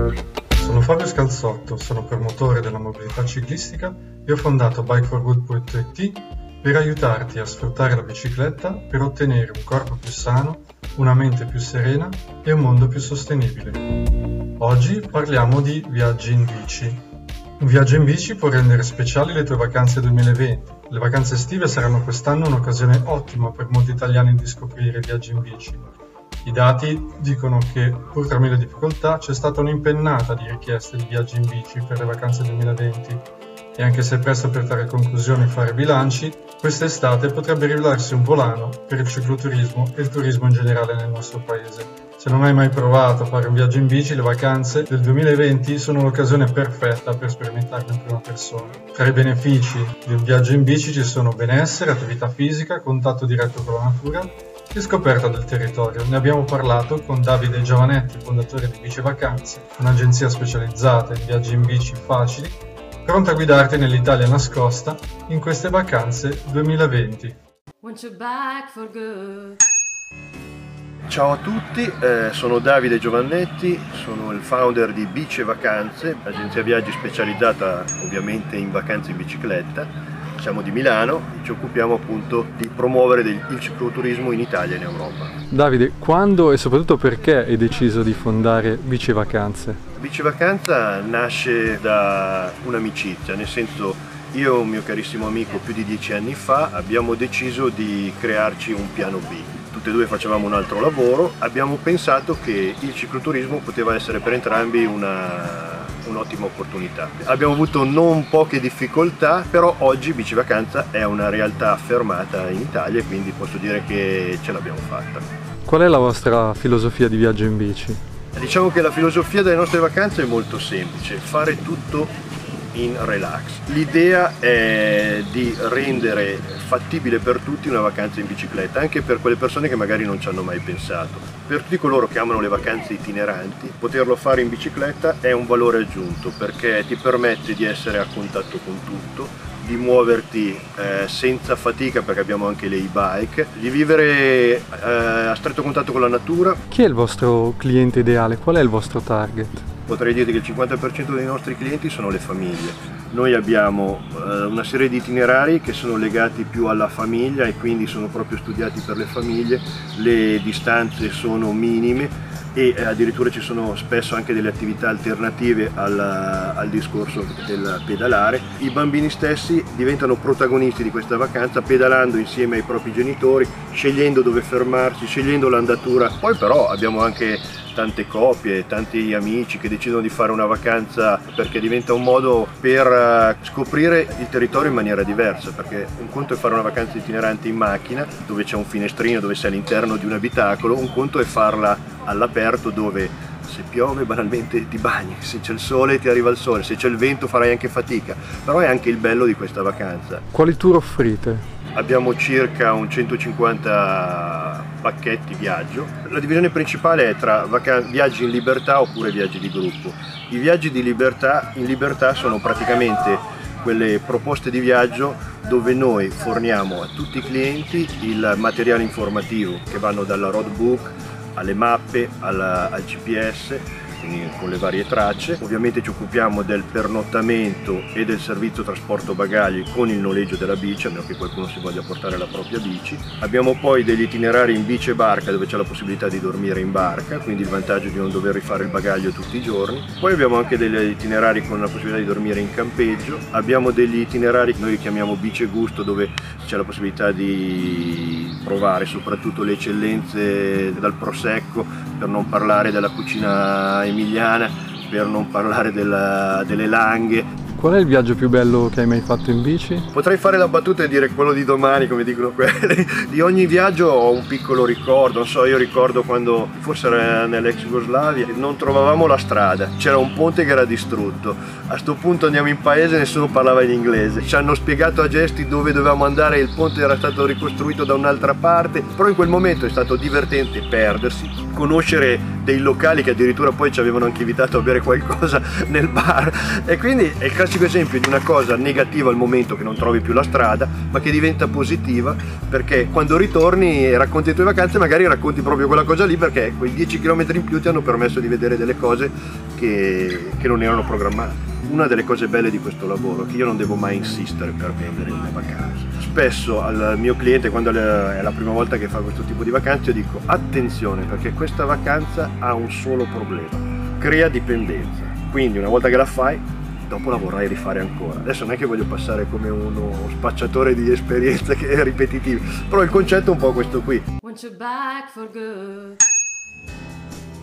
Sono Fabio Scalzotto, sono promotore della mobilità ciclistica e ho fondato bikeforgood.it per aiutarti a sfruttare la bicicletta per ottenere un corpo più sano, una mente più serena e un mondo più sostenibile. Oggi parliamo di viaggi in bici. Un viaggio in bici può rendere speciali le tue vacanze 2020. Le vacanze estive saranno quest'anno un'occasione ottima per molti italiani di scoprire i viaggi in bici. I dati dicono che, pur tra mille difficoltà, c'è stata un'impennata di richieste di viaggi in bici per le vacanze 2020 e anche se è presto per trarre conclusioni e fare bilanci, quest'estate potrebbe rivelarsi un volano per il cicloturismo e il turismo in generale nel nostro paese. Se non hai mai provato a fare un viaggio in bici, le vacanze del 2020 sono l'occasione perfetta per sperimentarle in prima persona. Tra i benefici di un viaggio in bici ci sono benessere, attività fisica, contatto diretto con la natura e scoperta del territorio. Ne abbiamo parlato con Davide Giovanetti, fondatore di Bici Vacanze, un'agenzia specializzata in viaggi in bici facili, pronta a guidarti nell'Italia nascosta in queste vacanze 2020. Ciao a tutti, sono Davide Giovannetti, sono il founder di Bici Vacanze, agenzia viaggi specializzata ovviamente in vacanze in bicicletta. Siamo di Milano e ci occupiamo appunto di promuovere il cicloturismo in Italia e in Europa. Davide, quando e soprattutto perché hai deciso di fondare Bici Vacanze? Bici Vacanza nasce da un'amicizia, nel senso io e un mio carissimo amico più di 10 anni fa abbiamo deciso di crearci un piano B. Tutti e due facevamo un altro lavoro, abbiamo pensato che il cicloturismo poteva essere per entrambi un'ottima opportunità. Abbiamo avuto non poche difficoltà, però oggi Bici Vacanza è una realtà affermata in Italia e quindi posso dire che ce l'abbiamo fatta. Qual è la vostra filosofia di viaggio in bici? Diciamo che la filosofia delle nostre vacanze è molto semplice, fare tutto in relax. L'idea è di rendere fattibile per tutti una vacanza in bicicletta, anche per quelle persone che magari non ci hanno mai pensato. Per tutti coloro che amano le vacanze itineranti, poterlo fare in bicicletta è un valore aggiunto perché ti permette di essere a contatto con tutto, di muoverti senza fatica perché abbiamo anche le e-bike, di vivere a stretto contatto con la natura. Chi è il vostro cliente ideale? Qual è il vostro target? Potrei dire che il 50% dei nostri clienti sono le famiglie. Noi abbiamo una serie di itinerari che sono legati più alla famiglia e quindi sono proprio studiati per le famiglie, le distanze sono minime e addirittura ci sono spesso anche delle attività alternative al discorso del pedalare. I bambini stessi diventano protagonisti di questa vacanza pedalando insieme ai propri genitori, scegliendo dove fermarsi, scegliendo l'andatura. Poi però abbiamo anche tante coppie, tanti amici che decidono di fare una vacanza perché diventa un modo per scoprire il territorio in maniera diversa, perché un conto è fare una vacanza itinerante in macchina dove c'è un finestrino, dove sei all'interno di un abitacolo, un conto è farla all'aperto dove se piove banalmente ti bagni, se c'è il sole ti arriva il sole, se c'è il vento farai anche fatica, però è anche il bello di questa vacanza. Quali tour offrite? Abbiamo circa un 150 pacchetti viaggio. La divisione principale è tra viaggi in libertà oppure viaggi di gruppo. I viaggi in libertà sono praticamente quelle proposte di viaggio dove noi forniamo a tutti i clienti il materiale informativo che vanno dalla roadbook alle mappe, al GPS, quindi con le varie tracce. Ovviamente ci occupiamo del pernottamento e del servizio trasporto bagagli con il noleggio della bici, a meno che qualcuno si voglia portare la propria bici. Abbiamo poi degli itinerari in bici e barca dove c'è la possibilità di dormire in barca, quindi il vantaggio di non dover rifare il bagaglio tutti i giorni. Poi abbiamo anche degli itinerari con la possibilità di dormire in campeggio. Abbiamo degli itinerari che noi chiamiamo bici e gusto dove c'è la possibilità di provare soprattutto le eccellenze dal prosecco, per non parlare della cucina emiliana, per non parlare delle langhe. Qual è il viaggio più bello che hai mai fatto in bici? Potrei fare la battuta e dire quello di domani, come dicono quelli. Di ogni viaggio ho un piccolo ricordo, non so, io ricordo quando forse era nell'ex Jugoslavia, non trovavamo la strada, c'era un ponte che era distrutto. A sto punto andiamo in paese e nessuno parlava in inglese. Ci hanno spiegato a gesti dove dovevamo andare, il ponte era stato ricostruito da un'altra parte, però in quel momento è stato divertente perdersi, conoscere dei locali che addirittura poi ci avevano anche invitato a bere qualcosa nel bar, e quindi è il classico classico esempio di una cosa negativa al momento, che non trovi più la strada, ma che diventa positiva, perché quando ritorni e racconti le tue vacanze magari racconti proprio quella cosa lì, perché quei 10 km in più ti hanno permesso di vedere delle cose che non erano programmate. Una delle cose belle di questo lavoro è che io non devo mai insistere per vendere una vacanza. Spesso al mio cliente, quando è la prima volta che fa questo tipo di vacanze, io dico attenzione, perché questa vacanza ha un solo problema: crea dipendenza. Quindi una volta che la fai, dopo la vorrai rifare ancora. Adesso non è che voglio passare come uno spacciatore di esperienze che è ripetitivo, però il concetto è un po' questo qui. Want you back for good.